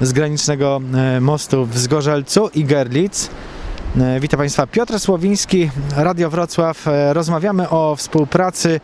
z granicznego mostu w Zgorzelcu i Görlitz. Witam Państwa, Piotr Słowiński, Radio Wrocław. Rozmawiamy o współpracy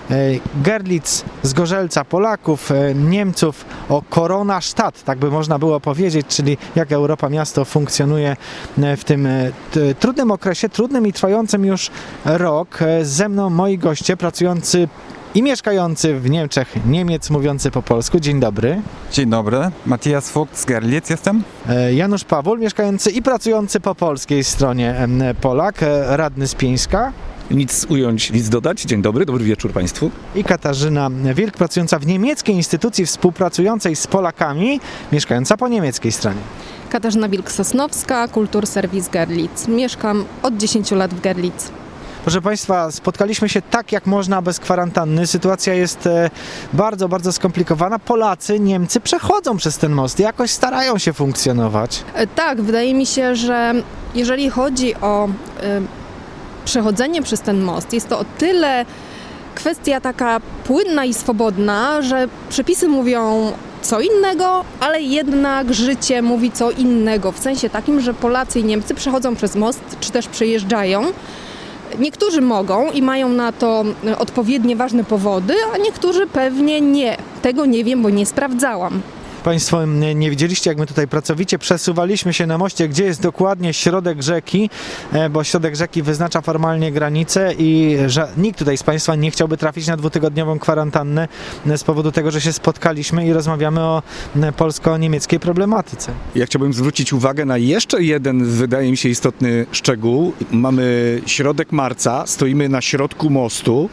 Görlitz, Zgorzelca, Polaków, Niemców, o Corona-Stadt, tak by można było powiedzieć, czyli jak Europa miasto funkcjonuje w tym trudnym okresie, trudnym i trwającym już rok. Ze mną moi goście pracujący i mieszkający w Niemczech Niemiec, mówiący po polsku. Dzień dobry. Dzień dobry, Matthias Vogt z Görlitz jestem. Janusz Pawul, mieszkający i pracujący po polskiej stronie Polak, radny z Pieńska. Nic ująć, nic dodać. Dzień dobry, dobry wieczór Państwu. I Katarzyna Wilk, pracująca w niemieckiej instytucji współpracującej z Polakami, mieszkająca po niemieckiej stronie. Katarzyna Wilk-Sosnowska, Kulturserwis Görlitz. Mieszkam od 10 lat w Görlitz. Proszę Państwa, spotkaliśmy się tak jak można bez kwarantanny. Sytuacja jest bardzo, bardzo skomplikowana. Polacy, Niemcy przechodzą przez ten most, jakoś starają się funkcjonować. Tak, wydaje mi się, że jeżeli chodzi o przechodzenie przez ten most, jest to o tyle kwestia taka płynna i swobodna, że przepisy mówią co innego, ale jednak życie mówi co innego. W sensie takim, że Polacy i Niemcy przechodzą przez most, czy też przejeżdżają. Niektórzy mogą i mają na to odpowiednie ważne powody, a niektórzy pewnie nie. Tego nie wiem, bo nie sprawdzałam. Państwo nie widzieliście, jak my tutaj pracowicie przesuwaliśmy się na moście, gdzie jest dokładnie środek rzeki, bo środek rzeki wyznacza formalnie granicę i że nikt tutaj z Państwa nie chciałby trafić na dwutygodniową kwarantannę z powodu tego, że się spotkaliśmy i rozmawiamy o polsko-niemieckiej problematyce. Ja chciałbym zwrócić uwagę na jeszcze jeden, wydaje mi się, istotny szczegół. Mamy środek marca, stoimy na środku mostu.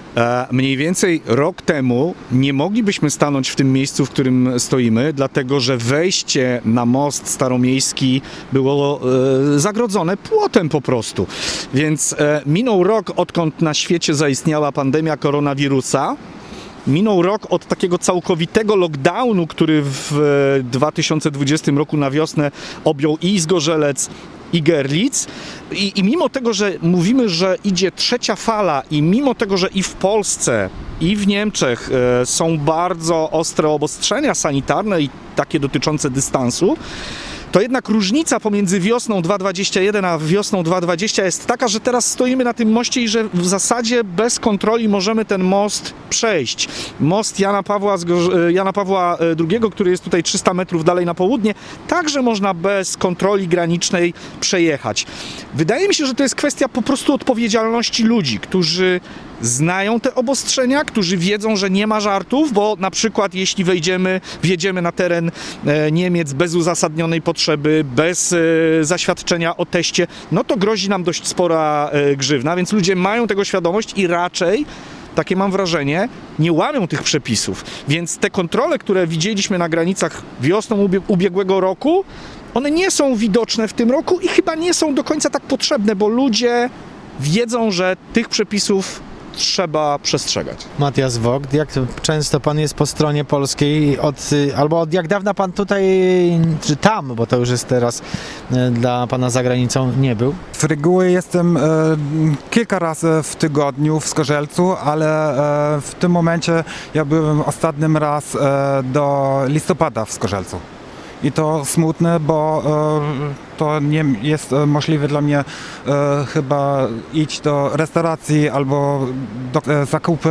Mniej więcej rok temu nie moglibyśmy stanąć w tym miejscu, w którym stoimy, dlatego że wejście na most staromiejski było zagrodzone płotem po prostu. Więc minął rok, odkąd na świecie zaistniała pandemia koronawirusa. Minął rok od takiego całkowitego lockdownu, który w 2020 roku na wiosnę objął i Zgorzelec, i Görlitz. I mimo tego, że mówimy, że idzie trzecia fala i mimo tego, że i w Polsce, i w Niemczech są bardzo ostre obostrzenia sanitarne i takie dotyczące dystansu, to jednak różnica pomiędzy wiosną 2021 a wiosną 2020 jest taka, że teraz stoimy na tym moście i że w zasadzie bez kontroli możemy ten most przejść. Most Jana Pawła II, który jest tutaj 300 metrów dalej na południe, także można bez kontroli granicznej przejechać. Wydaje mi się, że to jest kwestia po prostu odpowiedzialności ludzi, którzy znają te obostrzenia, którzy wiedzą, że nie ma żartów, bo na przykład jeśli wjedziemy na teren Niemiec bez uzasadnionej potrzeby, bez zaświadczenia o teście, no to grozi nam dość spora grzywna, więc ludzie mają tego świadomość i raczej, takie mam wrażenie, nie łamią tych przepisów. Więc te kontrole, które widzieliśmy na granicach wiosną ubiegłego roku, one nie są widoczne w tym roku i chyba nie są do końca tak potrzebne, bo ludzie wiedzą, że tych przepisów trzeba przestrzegać. Matthias Vogt, jak często pan jest po stronie polskiej, albo od jak dawna pan tutaj, czy tam, bo to już jest teraz dla pana za granicą, nie był? Z reguły jestem kilka razy w tygodniu w Zgorzelcu, ale w tym momencie ja byłem ostatnim raz do listopada w Zgorzelcu. I to smutne, bo to nie jest możliwe dla mnie chyba iść do restauracji albo do zakupy,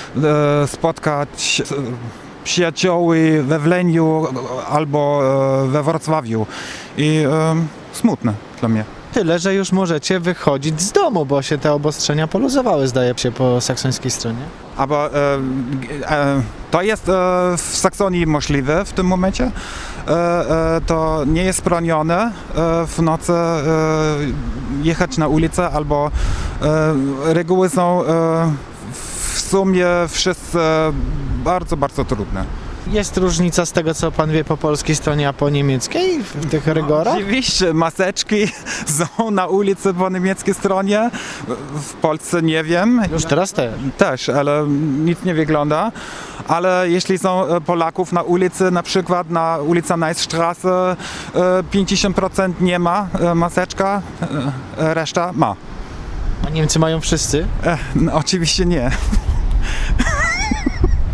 spotkać przyjaciół we Wleniu albo we Wrocławiu. I smutne dla mnie. Tyle, że już możecie wychodzić z domu, bo się te obostrzenia poluzowały, zdaje się, po saksońskiej stronie. Ale to jest w Saksonii możliwe w tym momencie. To nie jest bronione w nocy jechać na ulicę, albo reguły są w sumie wszyscy bardzo, bardzo trudne. Jest różnica z tego, co pan wie po polskiej stronie, a po niemieckiej w tych rygorach? Oczywiście, maseczki są na ulicy po niemieckiej stronie. W Polsce nie wiem. Już teraz też, ale nic nie wygląda. Ale jeśli są Polaków na ulicy, na przykład na ulicy Neisstraße, 50% nie ma maseczka, reszta ma. A Niemcy mają wszyscy? No, oczywiście nie.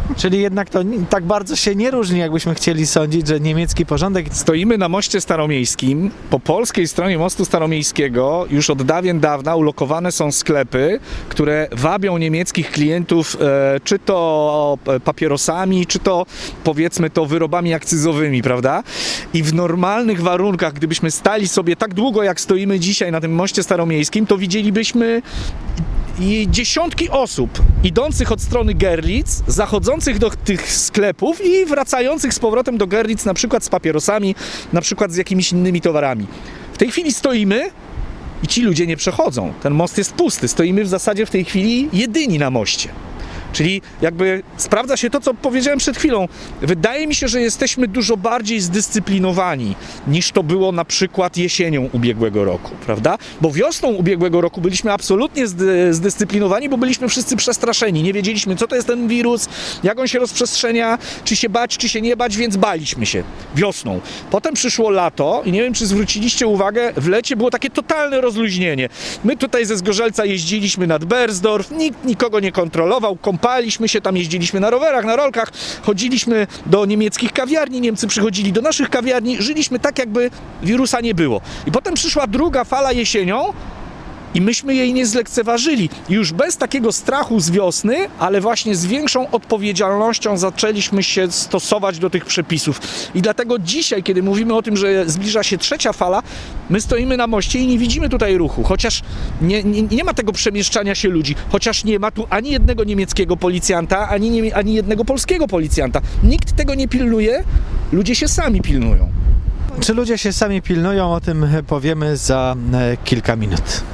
Czyli jednak to tak bardzo się nie różni, jakbyśmy chcieli sądzić, że niemiecki porządek... Stoimy na moście staromiejskim. Po polskiej stronie mostu staromiejskiego już od dawien dawna ulokowane są sklepy, które wabią niemieckich klientów czy to papierosami, czy to powiedzmy to wyrobami akcyzowymi, prawda? I w normalnych warunkach, gdybyśmy stali sobie tak długo, jak stoimy dzisiaj na tym moście staromiejskim, to widzielibyśmy i dziesiątki osób idących od strony Görlitz, zachodzących do tych sklepów i wracających z powrotem do Görlitz, na przykład z papierosami, na przykład z jakimiś innymi towarami. W tej chwili stoimy i ci ludzie nie przechodzą. Ten most jest pusty. Stoimy w zasadzie w tej chwili jedyni na moście. Czyli jakby sprawdza się to, co powiedziałem przed chwilą. Wydaje mi się, że jesteśmy dużo bardziej zdyscyplinowani niż to było na przykład jesienią ubiegłego roku, prawda? Bo wiosną ubiegłego roku byliśmy absolutnie zdyscyplinowani, bo byliśmy wszyscy przestraszeni. Nie wiedzieliśmy, co to jest ten wirus, jak on się rozprzestrzenia, czy się bać, czy się nie bać, więc baliśmy się wiosną. Potem przyszło lato i nie wiem, czy zwróciliście uwagę, w lecie było takie totalne rozluźnienie. My tutaj ze Zgorzelca jeździliśmy nad Bersdorf, nikt nikogo nie kontrolował, kąpaliśmy się, tam jeździliśmy na rowerach, na rolkach, chodziliśmy do niemieckich kawiarni, Niemcy przychodzili do naszych kawiarni, żyliśmy tak, jakby wirusa nie było. I potem przyszła druga fala jesienią i myśmy jej nie zlekceważyli. I już bez takiego strachu z wiosny, ale właśnie z większą odpowiedzialnością zaczęliśmy się stosować do tych przepisów. I dlatego dzisiaj, kiedy mówimy o tym, że zbliża się trzecia fala, my stoimy na moście i nie widzimy tutaj ruchu, chociaż nie ma tego przemieszczania się ludzi, chociaż nie ma tu ani jednego niemieckiego policjanta, ani jednego polskiego policjanta. Nikt tego nie pilnuje, ludzie się sami pilnują. Czy ludzie się sami pilnują? O tym powiemy za kilka minut.